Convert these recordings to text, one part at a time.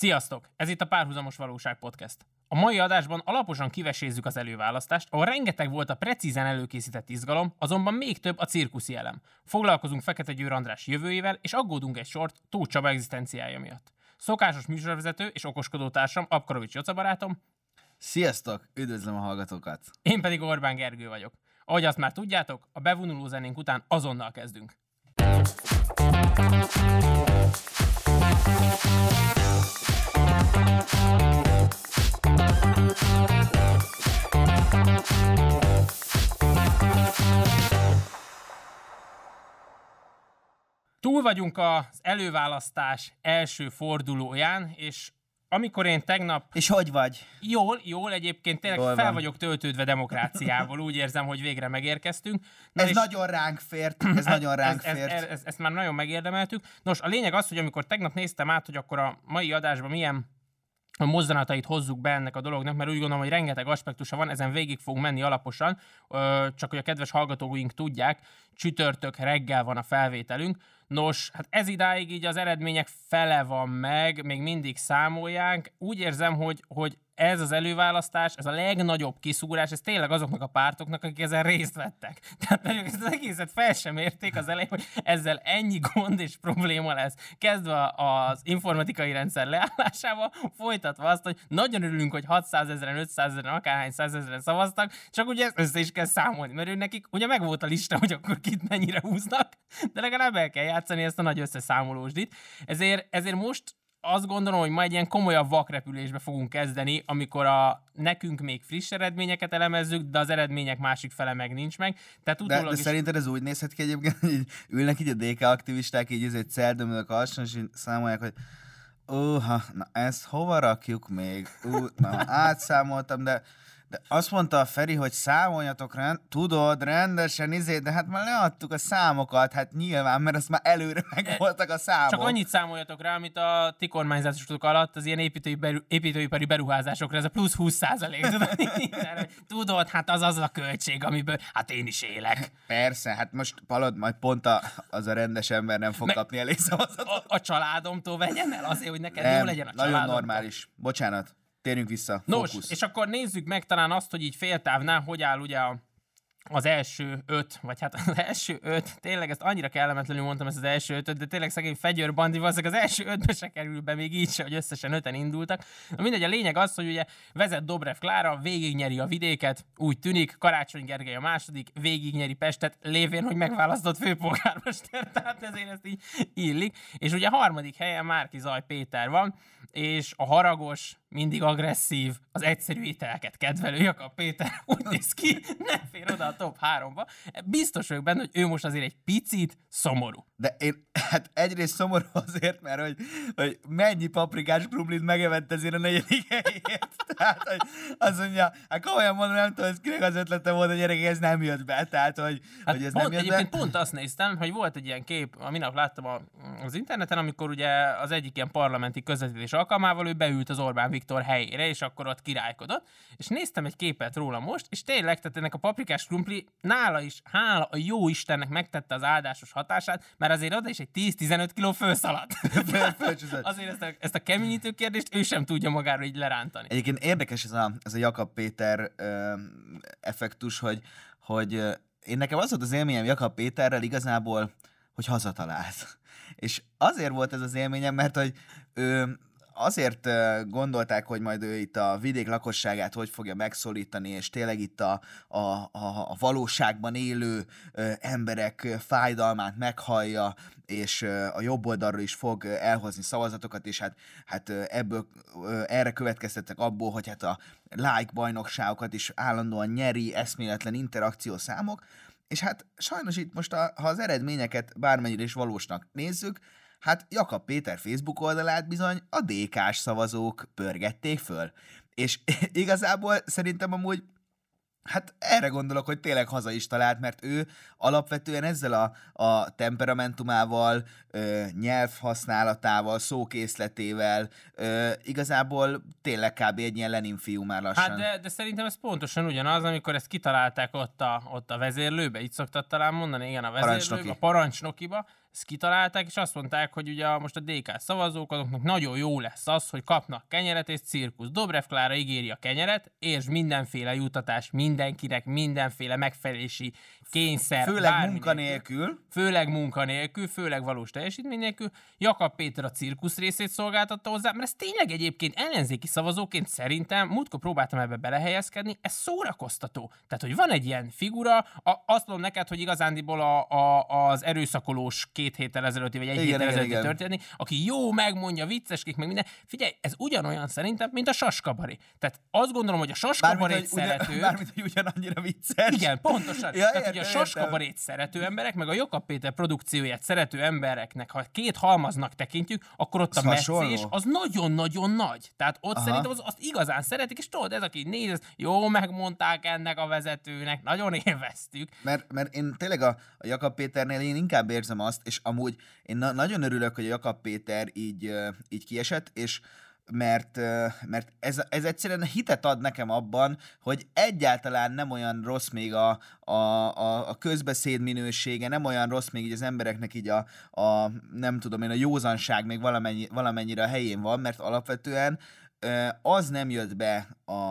Sziasztok! Ez itt a Párhuzamos Valóság Podcast. A mai adásban alaposan kivesézzük az előválasztást, ahol rengeteg volt a precízen előkészített izgalom, azonban még több a cirkuszi elem. Foglalkozunk Fekete Győr András jövőjével, és aggódunk egy sort Tóth Csaba egzisztenciája miatt. Szokásos műsorvezető és okoskodó társam Apkarovics Jóca barátom. Sziasztok! Üdvözlöm a hallgatókat! Én pedig Orbán Gergő vagyok. Ahogy azt már tudjátok, a bevonuló zenénk után azonnal kezdünk. Túl vagyunk az előválasztás első fordulóján, és amikor én tegnap... És hogy vagy? Jól egyébként tényleg fel vagyok töltődve demokráciával, úgy érzem, hogy végre megérkeztünk. Ez nagyon ránk fért, Ezt már nagyon megérdemeltük. Nos, a lényeg az, hogy amikor tegnap néztem át, hogy akkor a mai adásban milyen a mozzanatait hozzuk be ennek a dolognak, mert úgy gondolom, hogy rengeteg aspektusa van, ezen végig fogunk menni alaposan, csak hogy a kedves hallgatóink tudják, csütörtök reggel van a felvételünk. Nos, hát ez idáig így az eredmények fele van meg, még mindig számolják. Úgy érzem, hogy ez az előválasztás, ez a legnagyobb kiszúrás, ez tényleg azoknak a pártoknak, akik ezen részt vettek. Tehát ezt az egészet fel sem érték az elején, hogy ezzel ennyi gond és probléma lesz. Kezdve az informatikai rendszer leállásával, folytatva azt, hogy nagyon örülünk, hogy 600 000, 500 000, akárhány 100 000 szavaztak, csak ugye ezt össze is kell számolni, mert nekik ugye megvolt a lista, hogy akkor kit mennyire húznak, de legalább el kell játszani ezt a nagy összeszámolósdit. Ezért most azt gondolom, hogy ma egy ilyen komolyabb vakrepülésbe fogunk kezdeni, amikor nekünk még friss eredményeket elemezzük, de az eredmények másik fele meg nincs meg. Tehát de szerinted ez úgy nézhet ki egyébként, hogy ülnek így a DK aktivisták, így ezért celdömölök alsóan, és számolják, hogy na ezt hova rakjuk még? Átszámoltam, de azt mondta a Feri, hogy számoljatok tudod, rendesen de hát már leadtuk a számokat, hát nyilván, mert azt már előre megvoltak a számok. Csak annyit számoljatok rá, amit a ti kormányzásotok alatt az ilyen építőipari beruházásokra, ez a plusz 20%. Tudod, hát az a költség, amiből hát én is élek. Persze, hát most majd pont az a rendes ember nem fog kapni elég szavazatot. A családomtól vegyen el azért, hogy neked jó legyen a családom. Nagyon normális. Bocsánat. Térjünk vissza. Fókusz. Nos, és akkor nézzük meg talán azt, hogy így féltávnál, hogy áll ugye az első 5, vagy hát az első 5, tényleg ezt annyira kellemetlenül mondtam ezt az első 5-öt, de tényleg szegény Fegyőr Bandi valószínűleg az első 5-be se kerül be még így se, hogy összesen 5-en indultak. Na mindegy, a lényeg az, hogy ugye vezet Dobrev Klára, végignyeri a vidéket, úgy tűnik, Karácsony Gergely a második, végignyeri Pestet, lévén, hogy megválasztott főpolgármester, tehát ezért ezt így illik. És ugye a harmadik helyen Márki Zaj Péter van, és a haragos, mindig agresszív, az egyszerű ételeket kedvelő Jakab Péter úgy néz ki, nem fér oda a top 3-ba. Biztos vagyok benne, hogy ő most azért egy picit szomorú. De én, hát egyrészt szomorú azért, mert hogy mennyi paprikás krumlit megevett ezért a negyedik helyért. Tehát, hogy azt mondja, hát komolyan mondom, nem tudom, ez kinek az ötlete volt, a gyerekek, ez nem jött be. Tehát, hogy ez nem jött be. Pont azt néztem, hogy volt egy ilyen kép, minap láttam az interneten, amikor ugye az egyik ilyen parlamenti közvetítés alkalmával ő beült az Orbán Viktor helyére, és akkor ott királykodott, és néztem egy képet róla most, és tényleg, tehát ennek a paprikás krumpli nála is, hála a jó Istennek megtette az áldásos hatását, mert azért oda is egy 10-15 kiló fölszaladt. Azért ezt a keményítő kérdést ő sem tudja magára így lerántani. Egyébként érdekes ez a Jakab Péter effektus, hogy én nekem az volt az élményem Jakab Péterrel igazából, hogy hazatalált. És azért volt ez az élményem, mert hogy azért gondolták, hogy majd ő itt a vidék lakosságát hogy fogja megszólítani, és tényleg itt a valóságban élő emberek fájdalmát meghallja, és a jobb oldalról is fog elhozni szavazatokat, és hát ebből erre következtettek abból, hogy hát a like bajnokságokat is állandóan nyeri, eszméletlen interakciószámok, és hát sajnos itt most, ha az eredményeket bármennyire is valósnak nézzük, hát Jakab Péter Facebook oldalát bizony a DK-s szavazók pörgették föl. És igazából szerintem amúgy, hát erre gondolok, hogy tényleg haza is talált, mert ő alapvetően ezzel a temperamentumával, nyelvhasználatával, szókészletével igazából tényleg kb. Egy ilyen Lenin fiú már lassan. Hát de szerintem ez pontosan ugyanaz, amikor ezt kitalálták ott a vezérlőbe, így szoktad talán mondani, igen, a vezérlőbe, a parancsnokiba. ezt kitalálták, és azt mondták, hogy ugye most a DK szavazók, azoknak nagyon jó lesz az, hogy kapnak kenyeret és cirkusz. Dobrev Klára ígéri a kenyeret, és mindenféle jutatás mindenkinek, mindenféle megfelelési kényszer. Főleg munkanélkül. Főleg valós teljesítmény nélkül. Jakab Péter a cirkusz részét szolgáltatta hozzá, mert ez tényleg egyébként ellenzéki szavazóként szerintem, múltkor próbáltam ebbe belehelyezkedni, ez szórakoztató. Tehát, hogy van egy ilyen figura, azt mondom neked, hogy igazándiból az erőszakolós 2 héttel ezelőtti, vagy 1 héttel ezelőtti történni, aki jó, megmondja, vicceskik, meg minden. Figyelj, ez ugyanolyan szerintem, mint a saskabaré. Tehát azt gondolom, hogy a saskabarét szerető... Bármint, hogy ugyanannyira vicces. Igen, pontosan. Tehát, hogy a saskabarét szerető emberek, meg a Jakab Péter produkcióját szerető embereknek, ha 2 halmaznak tekintjük, akkor ott a meccés az nagyon-nagyon nagy. Tehát ott szerintem azt igazán szeretik, és tudod, ez aki néz, jó, megmondták ennek a vezetőnek, nagyon élveztük. Mert én tényleg a Jakab Péternél én inkább érzem azt, és amúgy én nagyon örülök, hogy a Jakab Péter így kiesett, és mert ez egyszerűen hitet ad nekem abban, hogy egyáltalán nem olyan rossz még a közbeszéd minősége, nem olyan rossz még így az embereknek így nem tudom én, a józanság még valamennyire a helyén van, mert alapvetően az nem jött be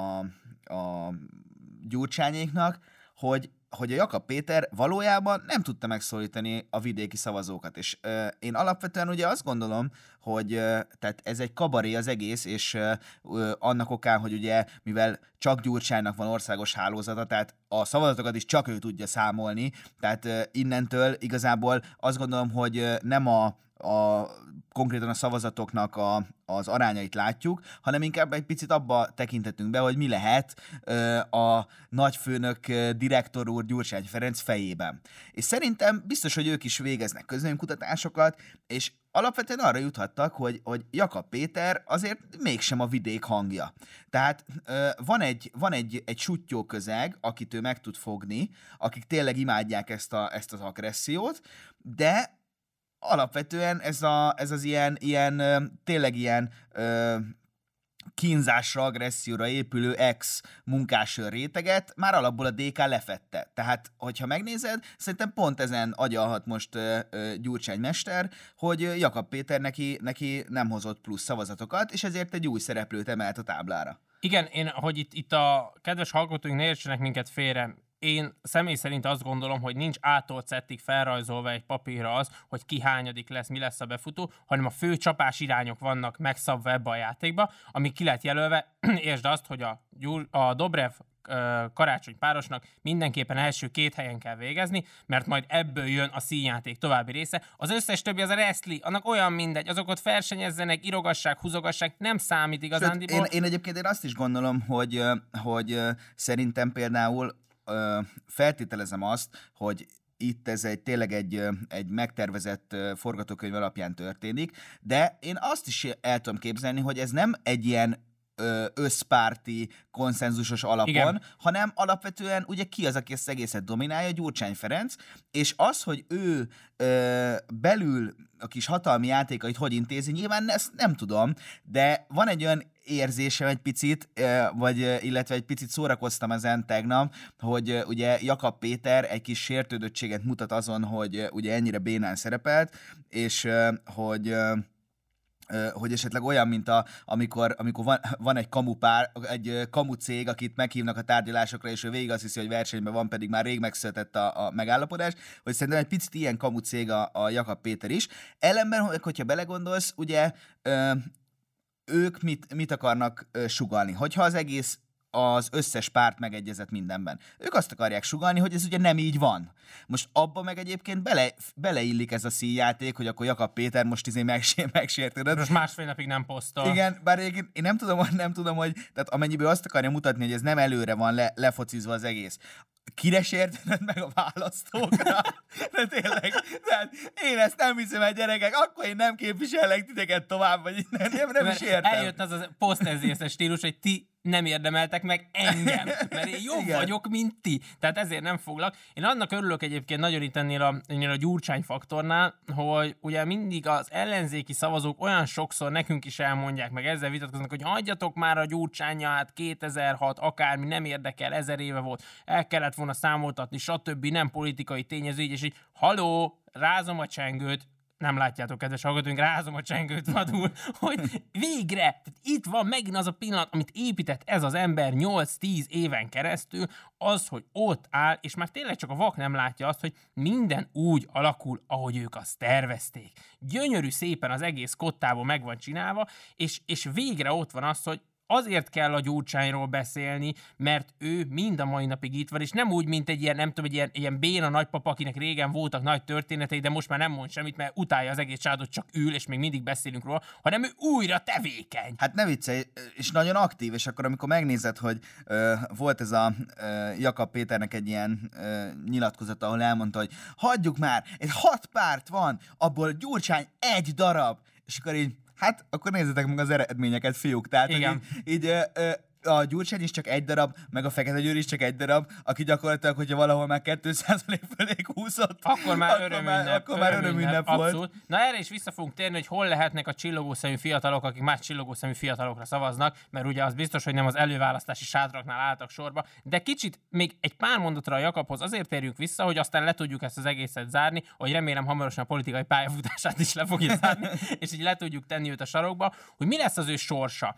a Gyurcsányéknak, hogy a Jakab Péter valójában nem tudta megszólítani a vidéki szavazókat. És én alapvetően ugye azt gondolom, hogy tehát ez egy kabaré az egész, és annak okán, hogy ugye, mivel csak Gyurcsánynak van országos hálózata, tehát a szavazatokat is csak ő tudja számolni, tehát innentől igazából azt gondolom, hogy nem konkrétan a szavazatoknak az arányait látjuk, hanem inkább egy picit abba tekintetünk be, hogy mi lehet a nagyfőnök direktor úr Gyurcsány Ferenc fejében. És szerintem biztos, hogy ők is végeznek közvéleménykutatásokat, és alapvetően arra juthattak, hogy Jakab Péter azért mégsem a vidék hangja. Tehát van egy suttyó közeg, akit ő meg tud fogni, akik tényleg imádják ezt az agressziót, de alapvetően ez az tényleg ilyen kínzásra, agresszióra épülő ex-munkás réteget már alapból a DK lefette. Tehát, hogyha megnézed, szerintem pont ezen agyalhat most Gyurcsány mester, hogy Jakab Péter neki nem hozott plusz szavazatokat, és ezért egy új szereplőt emelt a táblára. Igen, hogy itt a kedves hallgatóink ne értsenek minket félre. Én személy szerint azt gondolom, hogy nincs A-tól Z-ig felrajzolva egy papírra az, hogy ki hányadik lesz, mi lesz a befutó, hanem a fő csapás irányok vannak megszabva ebbe a játékba, ami ki lett jelölve. Értsd azt, hogy a Dobrev Karácsony párosnak mindenképpen első 2 helyen kell végezni, mert majd ebből jön a színjáték további része. Az összes többi az a wrestling, annak olyan mindegy, azok ott versenyezzenek, írogassák, húzogassák, nem számít igazándiból. Én egyébként azt is gondolom, hogy szerintem például feltételezem azt, hogy itt ez tényleg egy megtervezett forgatókönyv alapján történik, de én azt is el tudom képzelni, hogy ez nem egy ilyen összpárti, konszenzusos alapon, igen, hanem alapvetően ugye ki az, aki ezt egészet dominálja, Gyurcsány Ferenc, és az, hogy ő belül a kis hatalmi játékait hogy intézi, nyilván ezt nem tudom, de van egy olyan érzésem egy picit, illetve egy picit szórakoztam ezen tegnap, hogy ugye Jakab Péter egy kis sértődöttséget mutat azon, hogy ugye ennyire bénán szerepelt, és hogy esetleg olyan, mint amikor van egy egy kamu cég, akit meghívnak a tárgyalásokra, és ő végig azt hiszi, hogy versenyben van, pedig már rég megszületett a megállapodás, hogy szerintem egy picit ilyen kamu cég a Jakab Péter is. Ellenben, hogyha belegondolsz, ugye ők mit akarnak sugallni? Hogyha az összes párt megegyezett mindenben. Ők azt akarják sugallni, hogy ez ugye nem így van. Most abba meg egyébként beleillik ez a színjáték, hogy akkor Jakab Péter most megsértődött. Most 1,5 napig nem posztol. Igen, bár én nem tudom, hogy tehát amennyiből azt akarja mutatni, hogy ez nem előre van lefocizva az egész. Kire sértődött meg a választókra? De tényleg, tehát én ezt nem hiszem el, gyerekek, akkor én nem képviselek titeket tovább, vagy nem is értem. Eljött az a posztezészes stílus, hogy ti nem érdemeltek meg engem, mert én jobb vagyok, mint ti. Tehát ezért nem foglak. Én annak örülök egyébként nagyon itt ennél a Gyurcsány faktornál, hogy ugye mindig az ellenzéki szavazók olyan sokszor nekünk is elmondják, meg ezzel vitatkoznak, hogy hagyjatok már a Gyurcsánnyal, 2006, akármi, nem érdekel, 1000 éve volt, el kellett volna számoltatni, stb. Nem politikai tényező, és így haló, rázom a csengőt, nem látjátok, kedves hallgatóink, rázom a csengőt vadul, hogy végre, itt van megint az a pillanat, amit épített ez az ember 8-10 éven keresztül, az, hogy ott áll, és már tényleg csak a vak nem látja azt, hogy minden úgy alakul, ahogy ők azt tervezték. Gyönyörű szépen az egész kottából meg van csinálva, és végre ott van az, hogy azért kell a Gyurcsányról beszélni, mert ő mind a mai napig itt van, és nem úgy, mint egy ilyen, nem tudom, egy ilyen béna nagypapa, akinek régen voltak nagy történetei, de most már nem mond semmit, mert utálja az egész családot, csak ül, és még mindig beszélünk róla, hanem ő újra tevékeny. Hát ne viccelj, és nagyon aktív, és akkor amikor megnézed, hogy volt ez a Jakab Péternek egy ilyen nyilatkozata, ahol elmondta, hogy hagyjuk már, egy 6 párt van, abból Gyurcsány 1 darab, és akkor így, hát akkor nézzetek meg az eredményeket, fiúk. Tehát, igen. így a Gyurcsány is csak 1 darab, meg a Fekete Győr is csak 1 darab, aki gyakorlatilag, hogyha valahol már 2% fölé húzott, akkor már örömünnep volt. Abszolút. Na erre is vissza fogunk térni, hogy hol lehetnek a csillogószemű fiatalok, akik más csillogószemű fiatalokra szavaznak, mert ugye az biztos, hogy nem az előválasztási sátraknál álltak sorba, de kicsit még egy pár mondatra a Jakabhoz azért térjünk vissza, hogy aztán le tudjuk ezt az egészet zárni, hogy remélem hamarosan a politikai pályafutását is le fogja zárni, és így le tudjuk tenni őt a sarokba, hogy mi lesz az ő sorsa.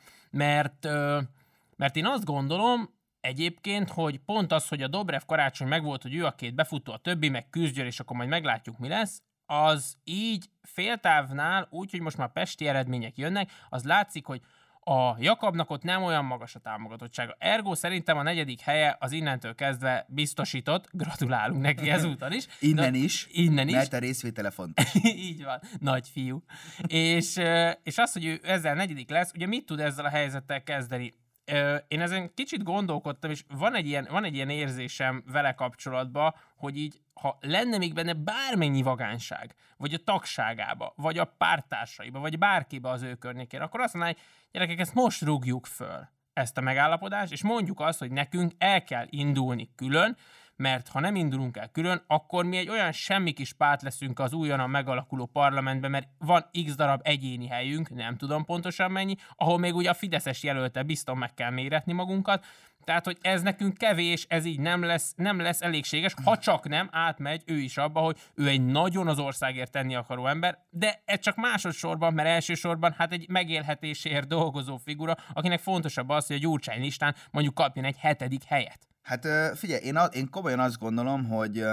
Mert én azt gondolom egyébként, hogy pont az, hogy a Dobrev Karácsony megvolt, hogy ő a 2 befutó, a többi meg Küzdgyőr, és akkor majd meglátjuk, mi lesz, az így féltávnál, úgyhogy most már pesti eredmények jönnek, az látszik, hogy a Jakabnak ott nem olyan magas a támogatottsága. Ergo szerintem a 4. helye az innentől kezdve biztosított. Gratulálunk neki ezúttal is. Innen is, mert a részvétele fontos. Így van, nagy fiú. És az, hogy ő ezzel 4. lesz, ugye mit tud ezzel a helyzettel kezdeni? Én ezen kicsit gondolkodtam, és van egy ilyen érzésem vele kapcsolatban, hogy így, ha lenne még benne bármennyi vagánság, vagy a tagságába, vagy a pártársaiba, vagy bárkibe az ő környékén, akkor azt mondaná, hogy gyerekek, ezt most rúgjuk föl, ezt a megállapodást, és mondjuk azt, hogy nekünk el kell indulni külön, mert ha nem indulunk el külön, akkor mi egy olyan semmi kis párt leszünk az újonnan megalakuló parlamentben, mert van x darab egyéni helyünk, nem tudom pontosan mennyi, ahol még ugye a fideszes jelölte biztos meg kell méretni magunkat, tehát, hogy ez nekünk kevés, ez így nem lesz elégséges, ha csak nem átmegy ő is abba, hogy ő egy nagyon az országért tenni akaró ember, de ez csak másodszorban, mert elsősorban hát egy megélhetésért dolgozó figura, akinek fontosabb az, hogy a Gyurcsány listán mondjuk kapjon egy 7. helyet. Hát figyelj, én komolyan azt gondolom, hogy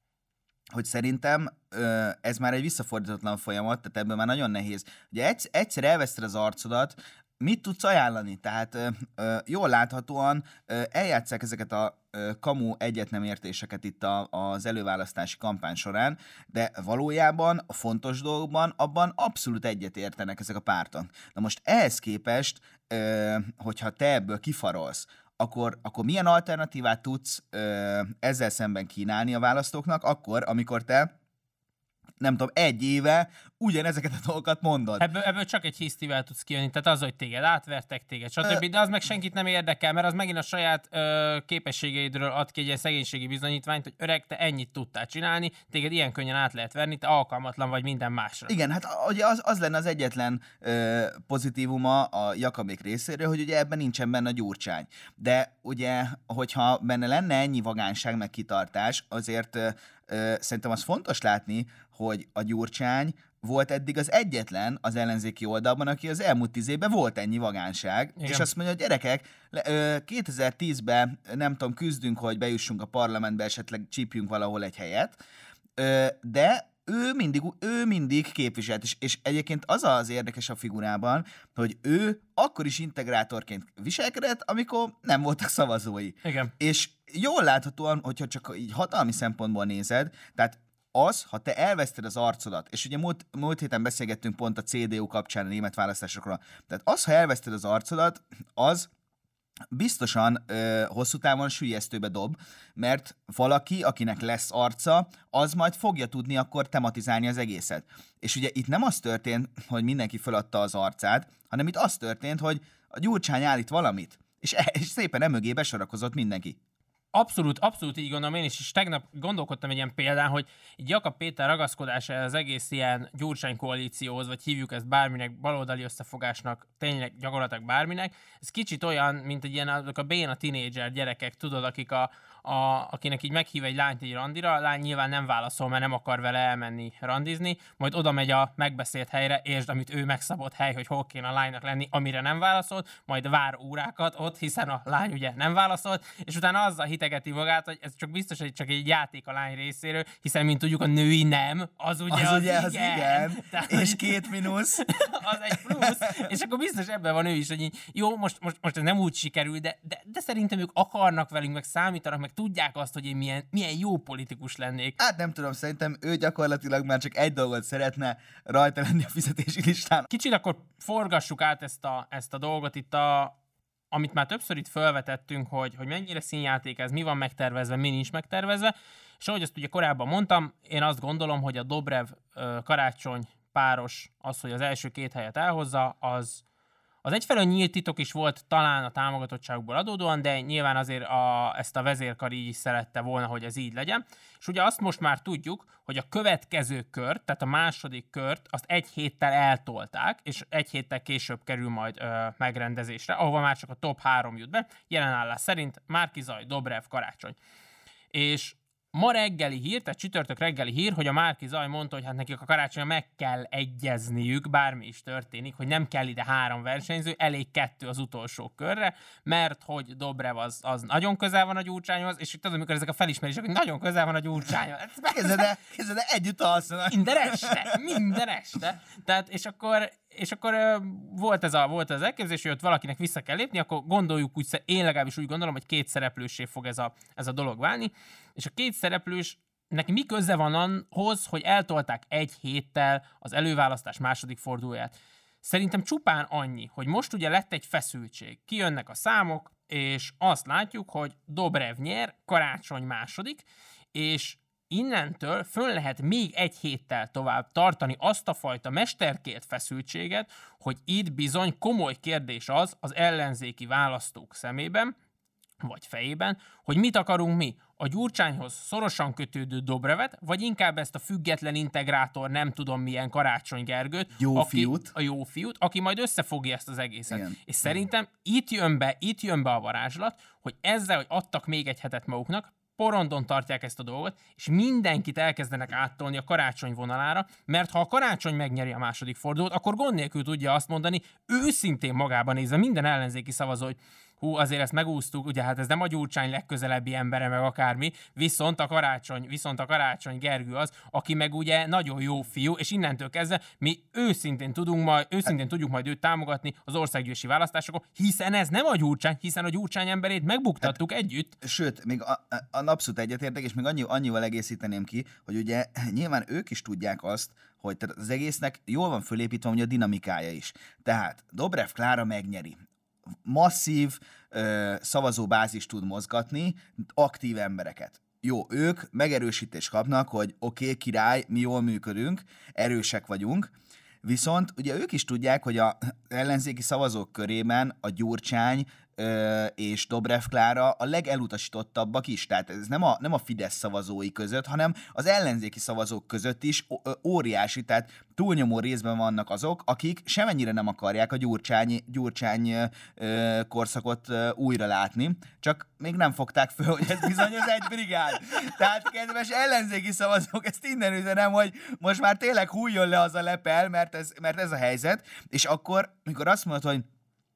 szerintem ez már egy visszafordítatlan folyamat, tehát ebből már nagyon nehéz. Ugye egyszer elveszted az arcodat, mit tudsz ajánlani? Tehát jól láthatóan eljátsszák ezeket a kamu egyetnemértéseket itt az előválasztási kampány során, de valójában a fontos dolgokban abban abszolút egyetértenek ezek a pártok. Na most ehhez képest, hogyha te ebből kifarolsz, akkor milyen alternatívát tudsz ezzel szemben kínálni a választóknak, akkor, amikor te, nem tudom, 1 éve ugyanezeket a dolgokat mondod. Ebből csak egy hisztivel tudsz kijönni, tehát az, hogy téged átvertek, stb. De az meg senkit nem érdekel, mert az megint a saját képességeidről ad ki egy ilyen szegénységi bizonyítványt, hogy öreg, te ennyit tudtál csinálni, téged ilyen könnyen át lehet verni, te alkalmatlan vagy minden másra. Igen, hát ugye az lenne az egyetlen pozitívuma a Jakabék részéről, hogy ugye ebben nincsen benne a Gyurcsány. De ugye, hogyha benne lenne ennyi vagánság meg kitartás, azért szerintem az fontos látni, hogy a Gyurcsány volt eddig az egyetlen az ellenzéki oldalban, aki az elmúlt 10 évben volt ennyi vagánság, igen. És azt mondja, hogy gyerekek, 2010-ben nem tudom, küzdünk, hogy bejussunk a parlamentbe, esetleg csípjünk valahol egy helyet, de ő mindig képviselt, és egyébként az az érdekes a figurában, hogy ő akkor is integrátorként viselkedett, amikor nem voltak szavazói. Igen. És jól láthatóan, hogyha csak így hatalmi szempontból nézed, tehát az, ha te elveszted az arcodat, és ugye múlt héten beszélgettünk pont a CDU kapcsán a német választásokról, tehát az, ha elveszted az arcodat, az biztosan hosszú távon süllyesztőbe dob, mert valaki, akinek lesz arca, az majd fogja tudni akkor tematizálni az egészet. És ugye itt nem az történt, hogy mindenki föladta az arcát, hanem itt az történt, hogy a Gyurcsány állít valamit, és szépen emögé besorakozott mindenki. Abszolút így gondolom én is, és tegnap gondolkodtam egy ilyen példán, hogy így Jakab Péter ragaszkodása az egész ilyen Gyurcsány koalícióhoz, vagy hívjuk ezt bárminek, baloldali összefogásnak, tényleg gyakorlatilag bárminek, ez kicsit olyan, mint egy ilyen azok a béna tinédzser gyerekek, tudod, akik a akinek így meghív egy lányt egy randira, a lány nyilván nem válaszol, mert nem akar vele elmenni randizni, majd oda megy a megbeszélt helyre, és amit ő megszabott hely, hogy hol kéne a lánynak lenni, amire nem válaszolt, majd vár órákat ott, hiszen a lány ugye nem válaszolt, és utána azzal hitegeti magát, hogy ez csak biztos, hogy csak egy játék a lány részéről, hiszen mint tudjuk, a női nem, az ugye az igen. Tehát, és 2 mínusz. Az egy plusz, és akkor biztos ebben van ő is, hogy így, jó, most ez nem úgy sikerül, de szerintem ők akarnak velünk, meg számítanak, meg tudják azt, hogy én milyen jó politikus lennék. Hát nem tudom, szerintem ő gyakorlatilag már csak egy dolgot szeretne, rajta lenni a fizetési listán. Kicsit akkor forgassuk át ezt a dolgot itt amit már többször itt felvetettünk, hogy mennyire színjáték ez, mi van megtervezve, mi nincs megtervezve, és ahogy azt ugye korábban mondtam, én azt gondolom, hogy a Dobrev-Karácsony páros, az, hogy az első 2 helyet elhozza, az egyfelől nyílt titok is volt talán a támogatottságból adódóan, de nyilván azért ezt a vezérkar így is szerette volna, hogy ez így legyen. És ugye azt most már tudjuk, hogy a következő kört, tehát a második kört, azt 1 héttel eltolták, és 1 héttel később kerül majd megrendezésre, ahova már csak a top 3 jut be. Jelenállás szerint Márki-Zay, Dobrev, Karácsony. És ma reggeli hír, tehát csütörtök reggeli hír, hogy a Márki-Zay mondta, hogy hát nekik a Karácsonyon meg kell egyezniük, bármi is történik, hogy nem kell ide 3 versenyző, elég 2 az utolsó körre, mert hogy Dobrev az nagyon közel van a Gyurcsányhoz, és itt amikor ezek a felismerések, hogy nagyon közel van a Gyurcsányhoz. Kezded együtt alszanak. Minden este. Tehát, és akkor volt az elképzelés, hogy ott valakinek vissza kell lépni, akkor gondoljuk úgy, én legalábbis úgy gondolom, hogy 2 szereplőssé fog ez a dolog válni, és a 2 szereplősnek mi köze van ahhoz, hogy eltolták 1 héttel az előválasztás második fordulóját. Szerintem csupán annyi, hogy most ugye lett egy feszültség. Kijönnek a számok, és azt látjuk, hogy Dobrev nyer, Karácsony második, és innentől fönn lehet még 1 héttel tovább tartani azt a fajta mesterkélt feszültséget, hogy itt bizony komoly kérdés az ellenzéki választók szemében, vagy fejében, hogy mit akarunk mi? A Gyurcsányhoz szorosan kötődő Dobrevet, vagy inkább ezt a független integrátor, nem tudom milyen Karácsony Gergőt, a jó fiút, aki majd összefogja ezt az egészet. Igen. És szerintem itt jön be a varázslat, hogy ezzel, hogy adtak még 1 hetet maguknak, porondon tartják ezt a dolgot, és mindenkit elkezdenek áttolni a Karácsony vonalára, mert ha a Karácsony megnyeri a második fordulót, akkor gond nélkül tudja azt mondani, őszintén magában nézve minden ellenzéki szavazó, hogy hú, azért ezt megúsztuk, ugye hát ez nem a Gyurcsány legközelebbi embere, meg akármi, viszont a Karácsony Gergő az, aki meg ugye nagyon jó fiú, és innentől kezdve mi őszintén tudjuk majd őt támogatni az országgyűlési választásokon, hiszen ez nem a Gyurcsány, hiszen a Gyurcsány emberét megbuktattuk együtt. Sőt, még abszolút egyetértek, és még annyival egészíteném ki, hogy ugye nyilván ők is tudják azt, hogy tehát az egésznek jól van fölépítve, hogy a dinamikája is. Tehát Dobrev Klára megnyeri. Masszív szavazóbázis tud mozgatni, aktív embereket. Jó, ők megerősítést kapnak, hogy oké, király, mi jól működünk, erősek vagyunk, viszont ugye ők is tudják, hogy az ellenzéki szavazók körében a Gyurcsány és Dobrev Klára a legelutasítottabbak is. Tehát ez nem a Fidesz szavazói között, hanem az ellenzéki szavazók között is óriási, tehát túlnyomó részben vannak azok, akik semennyire nem akarják a Gyurcsány korszakot újra látni, csak még nem fogták föl, hogy ez bizony az egy brigád. Tehát kedves ellenzéki szavazók, ezt innen üzenem, hogy most már tényleg hújjon le az a lepel, mert ez a helyzet, és akkor, mikor azt mondod, hogy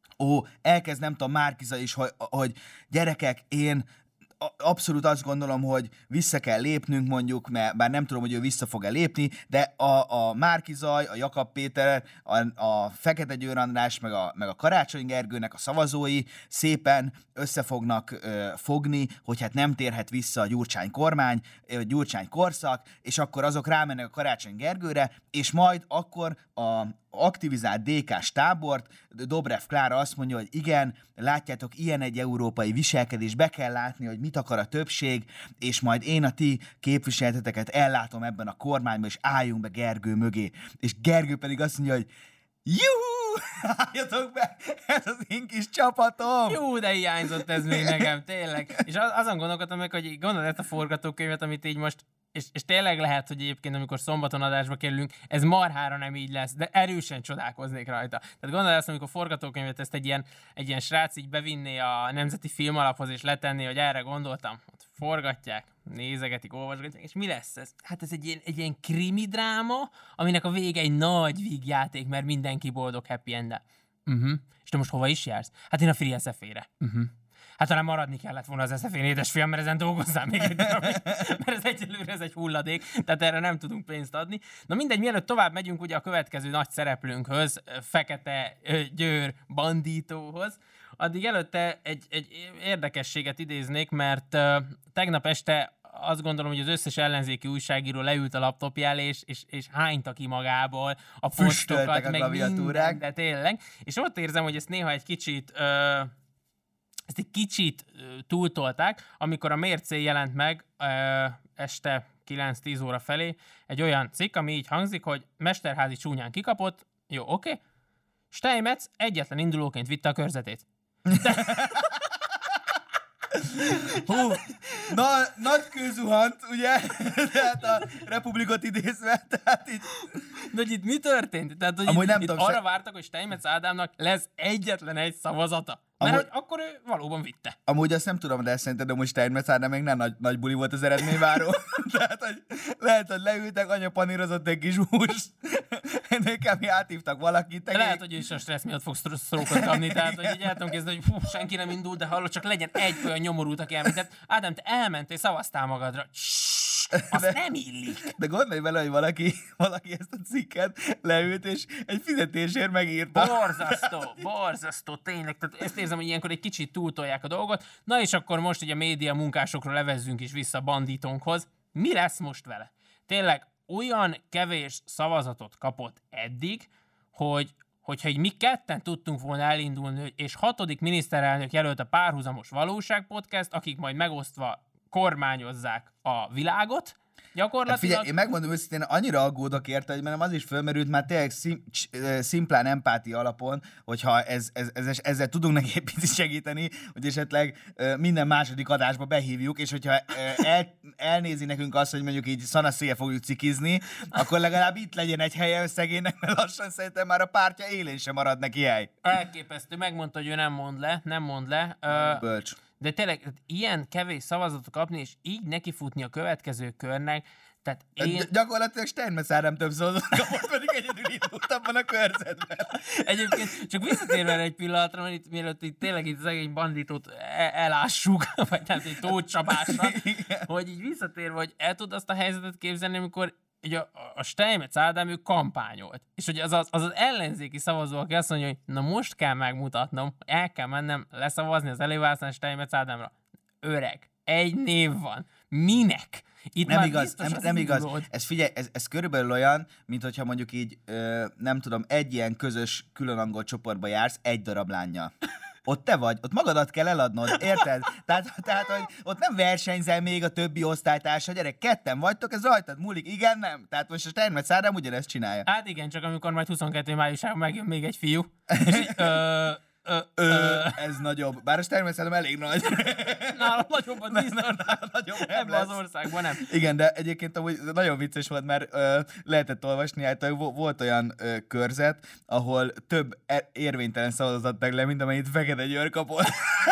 elkezd nem tudom Márki-Zay is, hogy gyerekek, én abszolút azt gondolom, hogy vissza kell lépnünk mondjuk, mert bár nem tudom, hogy ő vissza fog-e lépni, de a Márki-Zay, a Jakab Péter, a Fekete Győr András, meg a Karácsony Gergőnek a szavazói szépen össze fognak fogni, hogy hát nem térhet vissza a Gyurcsány kormány, a Gyurcsány korszak, és akkor azok rámennek a Karácsony Gergőre, és majd akkor a aktivizált DK-s tábort, Dobrev Klára azt mondja, hogy igen, látjátok, ilyen egy európai viselkedés, be kell látni, hogy mit akar a többség, és majd én a ti képviselteteket ellátom ebben a kormányban, és álljunk be Gergő mögé. És Gergő pedig azt mondja, hogy juhú, álljatok be, ez az én kis csapatom! Jó, de hiányzott ez még nekem, tényleg. És azon gondolkodtam meg, hogy gondolod ezt a forgatókönyvet, amit így most és tényleg lehet, hogy egyébként, amikor szombaton adásba kerülünk, ez marhára nem így lesz, de erősen csodálkoznék rajta. Tehát gondolj azt, amikor forgatókönyvet ezt egy ilyen srác így bevinné a Nemzeti Filmalaphoz, és letenné, hogy erre gondoltam, ott forgatják, nézegetik, olvasgatják, és mi lesz ez? Hát ez egy ilyen krimi dráma, aminek a vége egy nagy vígjáték, mert mindenki boldog happy end-el. És te most hova is jársz? Hát én a Free SF-ére. Hát talán maradni kellett volna az SF-én édesfiam, mert ezen dolgozzál még egy darabig, mert ez egyelőre ez egy hulladék, tehát erre nem tudunk pénzt adni. Na mindegy, mielőtt tovább megyünk ugye a következő nagy szereplőnkhöz, Fekete Győr bandítóhoz, addig előtte egy érdekességet idéznék, mert tegnap este azt gondolom, hogy az összes ellenzéki újságíró leült a laptopja elé, és hányta ki magából a posztokat, meg minden, de tényleg. És ott érzem, hogy ezt néha egy kicsit túltolták, amikor a Mércé jelent meg este 9-10 óra felé egy olyan cikk, ami így hangzik, hogy Mesterházy csúnyán kikapott, jó, oké. Steinmetz egyetlen indulóként vitte a körzetét. Hú, nagy kőzuhant, ugye? Tehát a Republikot idézve, tehát így... De hogy itt mi történt? Tehát, hogy itt arra vártak, hogy Steinmetz Ádámnak lesz egyetlen egy szavazata. Mert hogy akkor ő valóban vitte. Amúgy azt nem tudom, de szerinted amúgy Steinmetz Ádám még nem nagy buli volt az eredményváró. Tehát, hogy lehet, hogy leültek, anya panírozott egy kis húst, nekem átívtak valakit. Lehet, hogy ő is a stressz miatt fog sztrókot kapni, tehát hogy így el tudom kezdeni, hogy senki nem indul, de hallod, csak legyen egy olyan nyomorult, aki elment. Tehát Ádám, te elmentél, szavaztál magadra. Azt nem illik. De gondolj bele, hogy valaki ezt a cikket leült, és egy fizetésért megírta. Borzasztó, tényleg. Tehát ezt érzem, hogy ilyenkor egy kicsit túltolják a dolgot. Na és akkor most ugye a média munkásokról levezzünk is vissza bandítónkhoz. Mi lesz most vele? Tényleg olyan kevés szavazatot kapott eddig, hogyha így mi ketten tudtunk volna elindulni, és 6. miniszterelnök jelölt a Párhuzamos Valóság podcast, akik majd megosztva kormányozzák a világot, gyakorlatilag. Hát figyelj, én megmondom őszintén, annyira aggódok érte, hogy az is fölmerült már tényleg szimplán empátia alapon, hogyha ezzel tudunk neki egy picit segíteni, hogy esetleg minden második adásba behívjuk, és hogyha elnézi nekünk azt, hogy mondjuk így szanaszéjjel fogjuk cikizni, akkor legalább itt legyen egy helye szegénynek, mert lassan szerintem már a pártja élén sem marad neki hely. Elképesztő, megmondta, hogy ő nem mond le. Bölcs. De tényleg ilyen kevés szavazatot kapni, és így nekifutni a következő körnek, tehát én... Gyakorlatilag Steinmetz Ádám több szavazatot kapott, pedig egyedül itt abban a körzetben. Egyébként csak visszatérve egy pillanatra, mert mielőtt itt tényleg itt szegény bandítót elássuk, vagy tehát egy tócsapásra, hogy így visszatérve, hogy el tud azt a helyzetet képzelni, amikor ugye a Steinmetz Ádám, ő kampányolt. És hogy az ellenzéki szavazó, aki azt mondja, hogy na most kell megmutatnom, el kell mennem leszavazni az előválasztás Steinmetz Ádámra. Öreg, egy név van. Minek? Itt nem igaz, nem igaz. Ez figyelj, ez körülbelül olyan, mint hogyha mondjuk így, nem tudom, egy ilyen közös különangol csoportba jársz egy darab lánnyal. Ott te vagy, ott magadat kell eladnod, érted? Tehát, hogy ott nem versenyzel még a többi osztálytársa, gyerek, ketten vagytok, ez rajtad múlik, igen, nem? Tehát most a Steinmetz Ádám ugyanezt csinálja. Hát igen, csak amikor majd 22. májusában megjön még egy fiú. Ez nagyobb. Bár a Steinmetz Ádám elég nagy. Nálam nagyobbat biztos. Ebben az országban nem. Igen, de egyébként amúgy nagyon vicces volt, mert lehetett olvasni, hát volt olyan körzet, ahol több érvénytelen szavazat meg le, mint amennyit Fekete Győr kapott.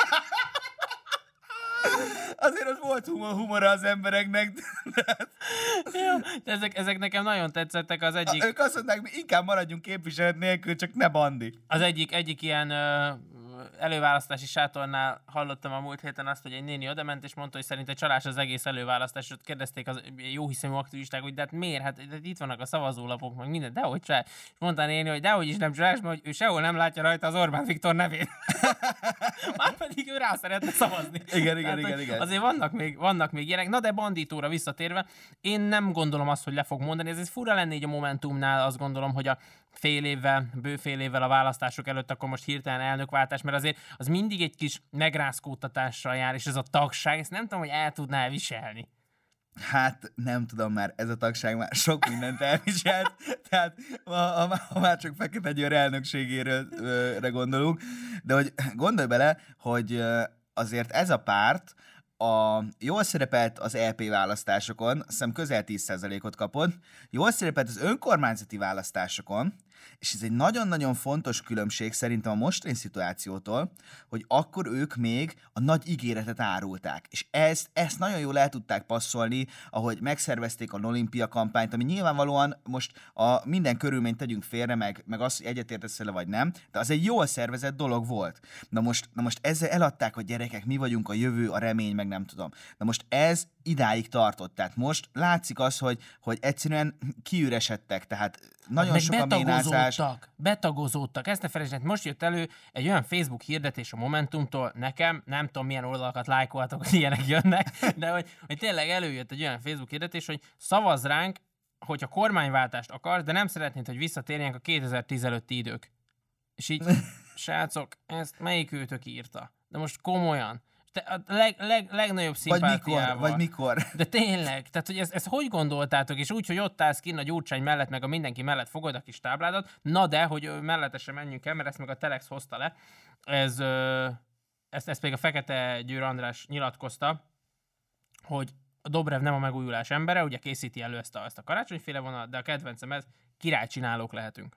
Azért ott volt humora az embereknek. Jó, de ezek nekem nagyon tetszettek. Az egyik... Ők azt mondták, hogy inkább maradjunk képviselet nélkül, csak ne bandi. Az egyik ilyen előválasztási sátornál hallottam a múlt héten azt, hogy egy néni odament, és mondta, hogy szerint egy csalás az egész előválasztás, és ott kérdezték az jóhiszemű aktivisták, hogy de hát miért? Hát itt vannak a szavazólapok, meg minden, dehogy csalás. És mondta a néni, hogy dehogy is nem csalás, mert ő sehol nem látja rajta az Orbán Viktor nevét. Márpedig ő rá szeretne szavazni. Igen. Azért vannak még ilyenek. Na de bandítóra visszatérve, én nem gondolom azt, hogy le fog mondani. Ez fura lenne így a Momentumnál, azt gondolom, hogy a bő fél évvel a választások előtt, akkor most hirtelen elnökváltás, mert azért az mindig egy kis megrázkódtatással jár, és ez a tagság, ezt nem tudom, hogy el tudná viselni. Hát nem tudom már, ez a tagság már sok mindent elviselt, tehát ha már csak Fekete Győr elnökségére gondolunk, de hogy gondolj bele, hogy azért ez a párt, jól szerepelt az EP választásokon, azt hiszem közel 10%-ot kapott, jól szerepelt az önkormányzati választásokon, és ez egy nagyon-nagyon fontos különbség szerintem a mostani szituációtól, hogy akkor ők még a nagy ígéretet árulták. És ezt nagyon jól el tudták passzolni, ahogy megszervezték a Olimpia kampányt, ami nyilvánvalóan most minden körülményt tegyünk félre, meg az, hogy egyetértesz vele vagy nem, de az egy jól szervezett dolog volt. Na most ezzel eladták a gyerekek, mi vagyunk a jövő, a remény, meg nem tudom. Na most ez idáig tartott. Tehát most látszik az, hogy egyszerűen kiüresedtek, tehát nagyon sok a ménázás. Betagozódtak. Ezt ne felejtsd, most jött elő egy olyan Facebook hirdetés a Momentumtól, nekem, nem tudom milyen oldalakat lájkolhatok, hogy ilyenek jönnek, de hogy tényleg előjött egy olyan Facebook hirdetés, hogy szavazz ránk, hogyha kormányváltást akarsz, de nem szeretnéd, hogy visszatérjenek a 2010 előtti idők. És így, srácok, ezt melyik őtök írta? De most komolyan. A legnagyobb szimpátiával. Vagy mikor. De tényleg, tehát hogy ezt hogy gondoltátok, és úgy, hogy ott állsz kinn a Gyurcsány mellett, meg a mindenki mellett fogod a kis tábládat, na de, hogy mellettesen menjünk el, mert ezt meg a Telex hozta le, ezt pedig a Fekete Győr András nyilatkozta, hogy a Dobrev nem a megújulás embere, ugye készíti elő ezt a karácsonyféle vonalat, de a kedvencem ez, királycsinálók lehetünk.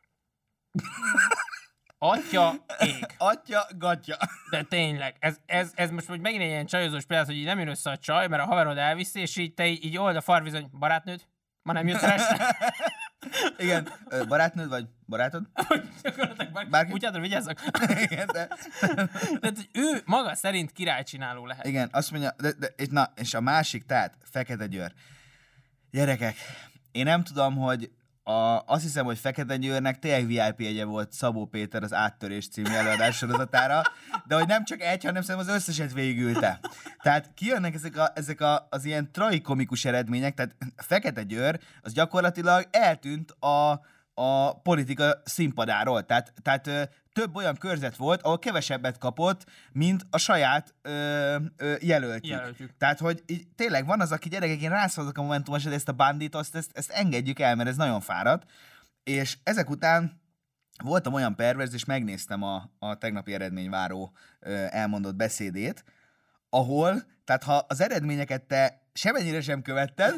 Atya ég. Atya gatya. De tényleg, ez most megint egy ilyen csajozós például, hogy így nem jön össze a csaj, mert a haverod elviszi, és így te így old a farvizony, barátnőd, ma nem jössz este. Igen, barátnőd vagy barátod? Kutyádra vigyázzak. Igen, de... Tehát, hogy ő maga szerint királycsináló lehet. Igen, azt mondja, és a másik, tehát Fekete Győr. Gyerekek, én nem tudom, hogy azt hiszem, hogy Fekete Győrnek tényleg VIP jegye volt Szabó Péter az Áttörés című előadás sorozatára, de hogy nem csak egy, hanem szerintem az összeset végigülte. Tehát kijönnek ezek az ilyen tragikomikus eredmények, tehát Fekete Győr az gyakorlatilag eltűnt a politika színpadáról. Tehát több olyan volt, ahol kevesebbet kapott, mint a saját jelöltjük. Tehát, hogy így, tényleg van az, aki gyerekek, én rászavazok a Momentumos, de ezt a banditoszt, ezt engedjük el, mert ez nagyon fáradt. És ezek után voltam olyan perverz, és megnéztem a tegnapi eredményváró elmondott beszédét, ahol, tehát ha az eredményeket te semennyire sem követted,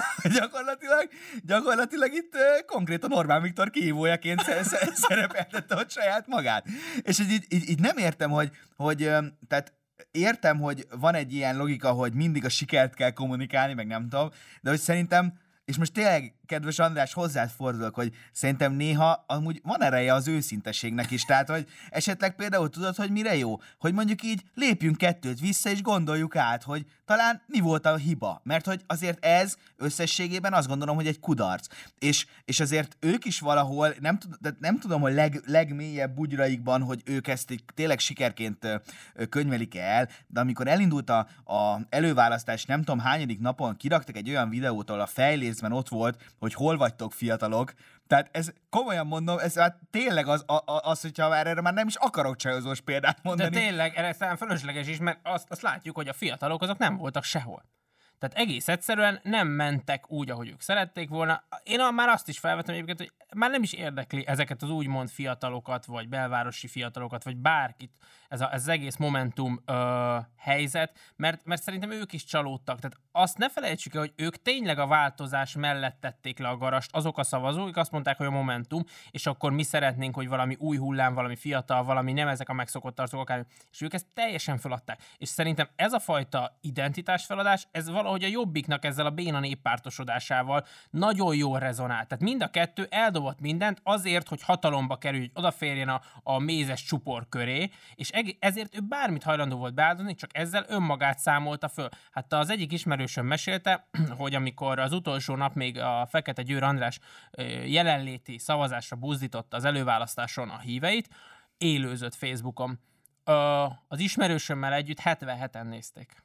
gyakorlatilag itt konkrétan Orbán Viktor kihívójaként szerepeltette ott saját magát. És így nem értem, hogy tehát értem, hogy van egy ilyen logika, hogy mindig a sikert kell kommunikálni, meg nem tudom, de hogy szerintem, és most tényleg, kedves András, hozzád fordulok, hogy szerintem néha amúgy van ereje az őszinteségnek is, tehát, hogy esetleg például tudod, hogy mire jó? Hogy mondjuk így lépjünk kettőt vissza, és gondoljuk át, hogy talán mi volt a hiba, mert hogy azért ez összességében azt gondolom, hogy egy kudarc. És azért ők is valahol, nem tudom, hogy legmélyebb bugyraikban, hogy ők ezt tényleg sikerként könyvelik el, de amikor elindult a előválasztás, nem tudom hányadik napon kiraktak egy olyan videót, ahol a fejlészben ott volt, hogy hol vagytok fiatalok. Tehát ez komolyan mondom, ez hát tényleg az, hogyha már erre már nem is akarok csajozós példát mondani. De tényleg, ez talán fölösleges is, mert azt látjuk, hogy a fiatalok azok nem voltak sehol. Tehát egész egyszerűen nem mentek úgy, ahogy ők szerették volna. Én már azt is felvettem egyébként, hogy már nem is érdekli ezeket az úgymond fiatalokat, vagy belvárosi fiatalokat, vagy bárkit ez az egész Momentum helyzet, mert szerintem ők is csalódtak. Tehát azt ne felejtsük el, hogy ők tényleg a változás mellett tették le a garast, azok a szavazók, azt mondták, hogy a Momentum, és akkor mi szeretnénk, hogy valami új hullám, valami fiatal, valami nem ezek a megszokott arcok, akár, és ők ezt teljesen feladták. És szerintem ez a fajta identitásfeladás, ez valahogy a Jobbiknak ezzel a béna néppártosodásával nagyon jól rezonál. Tehát mind a kettő eldobott mindent azért, hogy hatalomba kerülj, hogy odaférjen a mézes csupor köré, és ezért ő bármit hajlandó volt beáldozni, csak ezzel önmagát számolta föl. Hát az egyik ismerősöm mesélte, hogy amikor az utolsó nap még a Fekete Győr András jelenléti szavazásra buzdította az előválasztáson a híveit, élőzött Facebookon. Az ismerősömmel együtt 77-en nézték.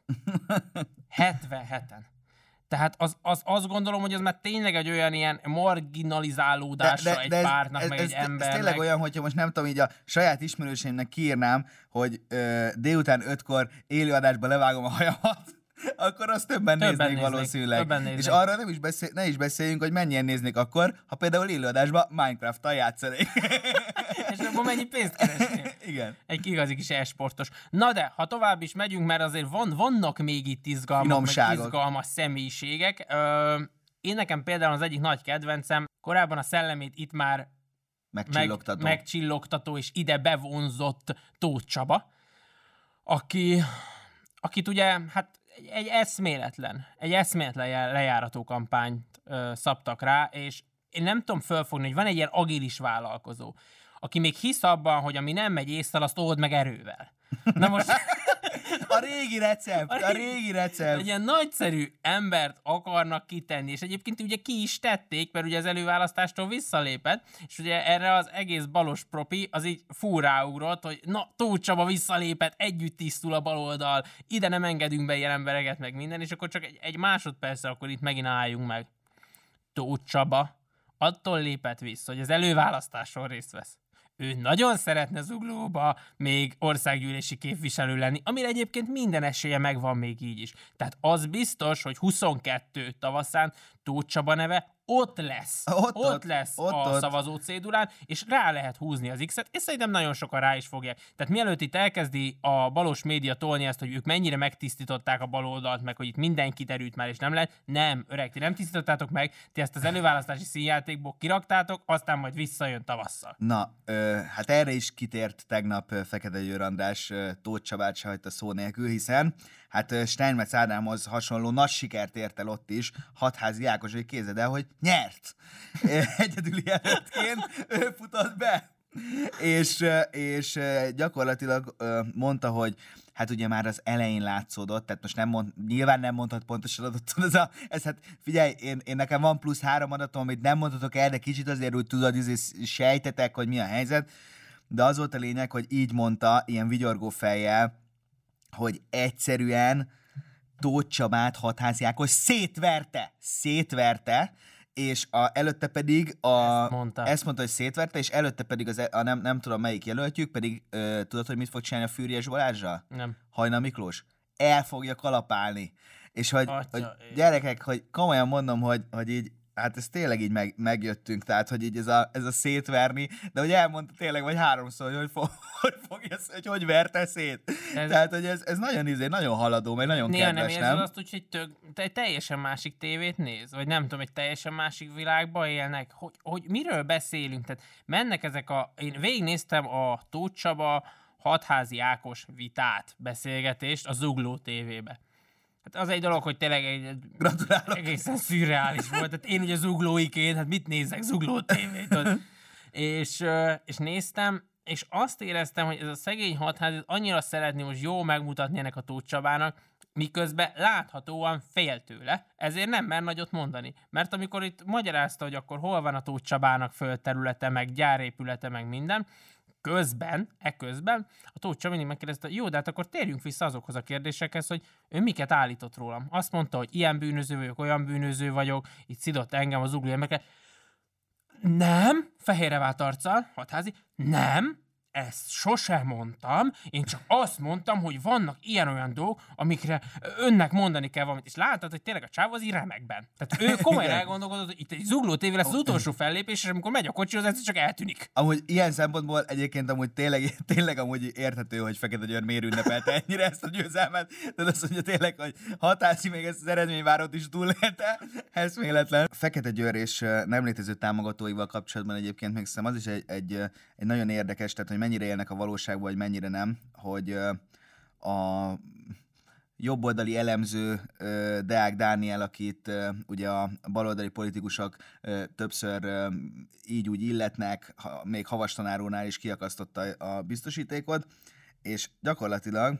77-en. Tehát azt gondolom, hogy ez már tényleg egy olyan ilyen marginalizálódása egy pártnak, meg egy embernek. Ez tényleg olyan, hogyha most nem tudom, így a saját ismerőseimnek kiírnám, hogy délután 5-kor élőadásba levágom a hajamat, akkor azt többen néznék valószínűleg. Többen néznék. És arra ne is beszéljünk, hogy mennyien néznék akkor, ha például élőadásban Minecraft-tal játszanék. És akkor mennyi pénzt keresnél? Igen. Egy igazi kis e-sportos. Na de, ha tovább is megyünk, mert azért vannak még itt izgalmas személyiségek. Én nekem például az egyik nagy kedvencem, korábban a szellemét itt már megcsillogtató és ide bevonzott Tóth Csaba, akit ugye, hát egy eszméletlen lejárató kampányt szabtak rá, és én nem tudom fölfogni, hogy van egy ilyen agilis vállalkozó, aki még hisz abban, hogy ami nem megy észre, azt old meg erővel. Na most... A régi recept. Egy ilyen nagyszerű embert akarnak kitenni, és egyébként ugye ki is tették, mert ugye az előválasztástól visszalépett, és ugye erre az egész balos propi az így ráugrott, hogy na, Tóth Csaba visszalépett, együtt tisztul a baloldal, ide nem engedünk be ilyen embereket, meg minden, és akkor csak egy másodpercre akkor itt megint álljunk meg. Tóth Csaba attól lépett vissza, hogy az előválasztáson részt vesz. Ő nagyon szeretne Zuglóba még országgyűlési képviselő lenni, amire egyébként minden esélye megvan még így is. Tehát az biztos, hogy 22 tavaszán Tóth Csaba neve ott lesz a szavazó cédulán, és rá lehet húzni az X-et, és szerintem nagyon sokan rá is fogják. Tehát mielőtt itt elkezdi a balos média tolni ezt, hogy ők mennyire megtisztították a baloldalt, meg hogy itt mindenki derült már, és nem lehet. Nem, öreg, ti nem tisztítottátok meg, ti ezt az előválasztási színjátékból kiraktátok, aztán majd visszajön tavasszal. Na, hát erre is kitért tegnap Fekete Győr András, Tóth Csabát se hagyta szó nélkül, hiszen hát Steinmetz Ádámhoz hasonló nagy sikert ért el ott is, Hatházi Ákos, hogy képzeld el, hogy nyert. Egyedüli jelöltként ő futott be. És gyakorlatilag mondta, hogy hát ugye már az elején látszódott, tehát most nyilván nem mondhat pontosan adatot, ez hát figyelj, én nekem van plusz 3 adatom, amit nem mondhatok el, de kicsit azért úgy tudod, sejtetek, hogy mi a helyzet, de az volt a lényeg, hogy így mondta, ilyen vigyorgó fejjel, hogy egyszerűen Tóth Csabát Hatházi Ákos szétverte, és előtte pedig ezt mondta, hogy szétverte, és előtte pedig nem tudom melyik jelöltjük, pedig tudod, hogy mit fog csinálni a Fűrjes Balázsra? Nem. Hajna Miklós. El fogja kalapálni. És hogy gyerekek, hogy komolyan mondom, hogy így hát ez tényleg így megjöttünk, tehát, hogy így ez a szétverni, de hogy elmondta tényleg vagy 3-szor, hogy verte szét. Tehát, hogy ez nagyon haladó, meg nagyon kedves, nem? Érzed azt úgy, hogy egy teljesen másik tévét néz, vagy nem tudom, egy teljesen másik világban élnek, hogy miről beszélünk, tehát mennek ezek én végignéztem a Tóth Csaba Hatházi Ákos vitát, beszélgetést a Zugló tévébe. Hát az egy dolog, hogy tényleg egészen szürreális volt. Tehát én ugye zuglóiként, hát mit nézek, Zugló tévét. És néztem, és azt éreztem, hogy ez a szegény Hatházi annyira szeretné most jól megmutatni ennek a Tóth Csabának, miközben láthatóan fél tőle, ezért nem mer nagyot mondani. Mert amikor itt magyarázta, hogy akkor hol van a Tóth Csabának földterülete, meg gyárépülete, meg minden, eközben a Tóth Csaba mindig megkérdezte, jó, de hát akkor térjünk vissza azokhoz a kérdésekhez, hogy ő miket állított rólam. Azt mondta, hogy ilyen bűnöző vagyok, olyan bűnöző vagyok, itt szidott engem az zuglói embereket. Nem, fehérre vált arccal, Hatházi, nem, ezt sosem mondtam, én csak azt mondtam, hogy vannak ilyen-olyan dolgok, amikre önnek mondani kell valamit. És láttad, hogy tényleg a csáv az így remekben. Tehát ő komolyan elgondolkodott, hogy itt egy Zugló TV lesz az utolsó fellépés, és amikor megy a kocsihoz, ez csak eltűnik. Amúgy ilyen szempontból egyébként amúgy tényleg amúgy érthető, hogy Fekete Győr miért ünnepelte ennyire ezt a győzelmet, de azt mondja tényleg, hogy Hatházi még ezt az eredményvárót is túlélte, eszméletlen. Fekete Győr és nem létező támogatóival kapcsolatban egyébként még szerintem az is egy nagyon érdekes, tehát hogy mennyire élnek a valóságban, vagy mennyire nem, hogy a jobboldali elemző Deák Dániel, akit ugye a baloldali politikusok többször így úgy illetnek, még Havas tanárónál is kiakasztotta a biztosítékot, és gyakorlatilag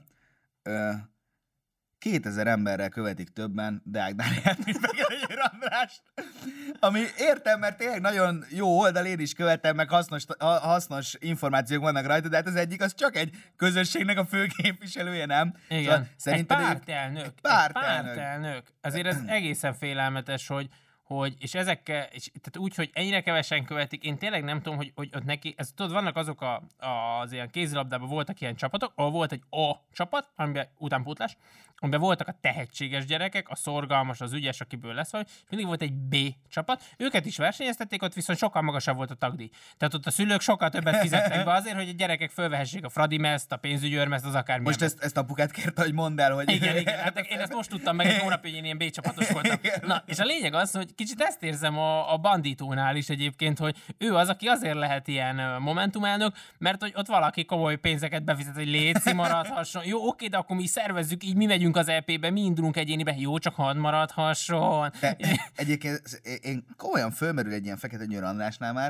2000 emberrel követik többen Deák Dánielt, mint Fekete Győr Andrást. Ami értem, mert tényleg nagyon jó oldal, én is követem, meg hasznos információk vannak rajta, de hát az egyik az csak egy közösségnek a főképviselője, nem? Igen, szóval egy pártelnök. Azért ez egészen félelmetes, és ezekkel, tehát úgy, hogy ennyire kevesen követik, én tényleg nem tudom, hogy ott neki, tudod, vannak azok az ilyen kézilabdában voltak ilyen csapatok, ahol volt egy A csapat, amiben utánpótlás, amiben voltak a tehetséges gyerekek, a szorgalmas, az ügyes, akiből lesz valami, és mindig volt egy B csapat, őket is versenyeztették, ott viszont sokkal magasabb volt a tagdíj. Tehát ott a szülők sokkal többet fizettek be azért, hogy a gyerekek fölvehessék a Fradi mezt, a pénzügyőrmezt, az akármilyen. Most ezt apukát kérte, hogy mondd el, hogy... Igen, hát én ezt most tudtam meg egy hónapig, én ilyen B csapatos voltam. Na, és a lényeg az, hogy kicsit ezt érzem a Banditónál is egyébként, hogy ő az, aki azért lehet ilyen momentumelnök, mert hogy ott valaki komoly pénzeket befizet, hogy léci maradhasson. Jó, oké, de akkor mi szervezzük, így mi megyünk az EP-be, mi indulunk egyénibe, jó, csak hadd maradhasson. De egyébként én komolyan fölmerül egy ilyen Fekete Győr Andrásnál már,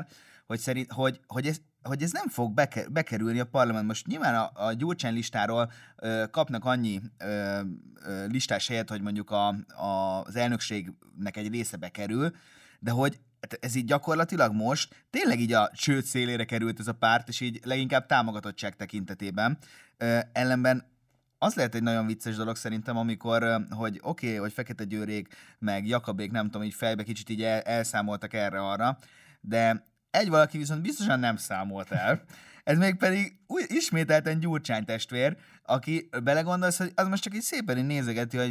hogy ez nem fog bekerülni a parlament. Most nyilván a Gyurcsány listáról kapnak annyi listás helyet, hogy mondjuk az elnökségnek egy része bekerül, de hogy ez így gyakorlatilag most tényleg így a csőd szélére került ez a párt, és így leginkább támogatottság tekintetében. Ellenben az lehet egy nagyon vicces dolog szerintem, amikor, hogy oké, hogy Fekete Győrék, meg Jakabék, nem tudom, így fejbe kicsit így elszámoltak erre-arra, de egy valaki viszont biztosan nem számolt el. Ez még pedig ismételten Gyurcsány testvér, aki belegondolsz, hogy az most csak így szépen így nézegeti, hogy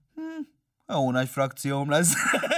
jó nagy frakcióm lesz.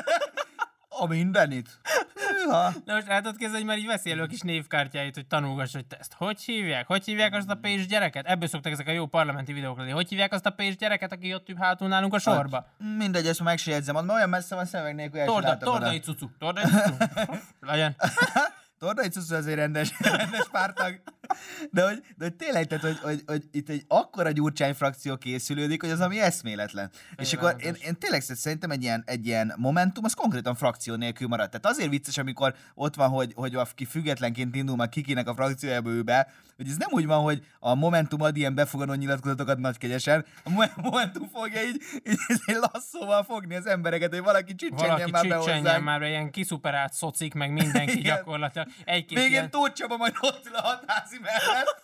A mindenit. Na most látod kézzel, hogy már így veszi elő a kis névkártyáit, hogy tanulgass, hogy te ezt hogy hívják? Hogy hívják azt a Pécs gyereket? Ebből szoktak ezek a jó parlamenti videók lenni. Hogy hívják azt a Pécs gyereket, aki ott hátul nálunk a sorba? Mindegy, ezt meg se jegyzem, mert olyan messze van szemek nélkül, el sem látom. Tordai cucu. Legyen. Tordai cucu azért rendes pártag. De hogy tényleg, tehát, hogy itt egy akkora Gyurcsány frakció készülődik, hogy az ami eszméletlen. És akkor én tényleg szerintem egy ilyen Momentum, az konkrétan frakció nélkül maradt. Tehát azért vicces, amikor ott van, hogy aki függetlenként indul, meg kikinek a frakciójába ő be, hogy ez nem úgy van, hogy a Momentum ad ilyen befogadó nyilatkozatokat nagykegyesen, a Momentum fogja így lasszóval fogni az embereket, hogy valaki csüccsenjen már be hozzánk. Valaki már ilyen kiszuperált szocik, meg mindenki gyakorlatilag. Még ilyen Tóth Csaba majd ott ül a hatházi mellett.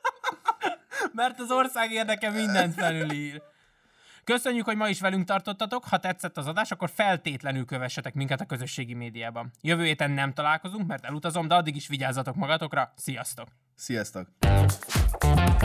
Mert az ország érdeke mindent felülír. Köszönjük, hogy ma is velünk tartottatok. Ha tetszett az adás, akkor feltétlenül kövessetek minket a közösségi médiában. Jövő héten nem találkozunk, mert elutazom, de addig is vigyázzatok magatokra. Sziasztok! Sziasztok!